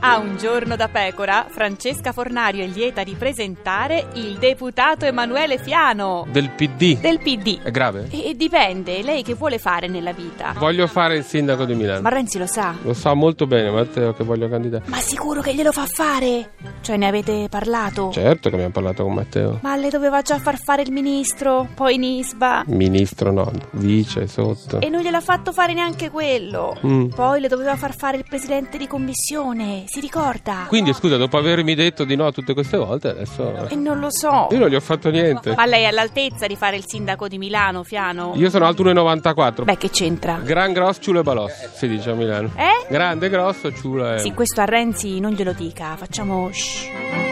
A un giorno da pecora, Francesca Fornario è lieta di presentare il deputato Emanuele Fiano. Del PD? Del PD. È grave? E dipende, lei che vuole fare nella vita? Voglio fare il sindaco di Milano. Ma Renzi lo sa? Lo sa molto bene, Matteo, che voglio candidare. Ma sicuro che glielo fa fare? Cioè, ne avete parlato? Certo che abbiamo parlato con Matteo. Ma le doveva già far fare il ministro, poi Nisba. Ministro no, vice sotto. E non gliel'ha fatto fare neanche quello. Poi le doveva far fare il presidente di commissione, si ricorda? Quindi scusa, dopo avermi detto di no tutte queste volte, adesso... E non lo so. Io non gli ho fatto niente. Ma lei è all'altezza di fare il sindaco di Milano, Fiano? Io sono alto 1,94. Beh, che c'entra? Gran, grosso, ciulo e balos, si dice a Milano. Eh? Grande, grosso, ciulo e... Sì, questo a Renzi non glielo dica, facciamo shh.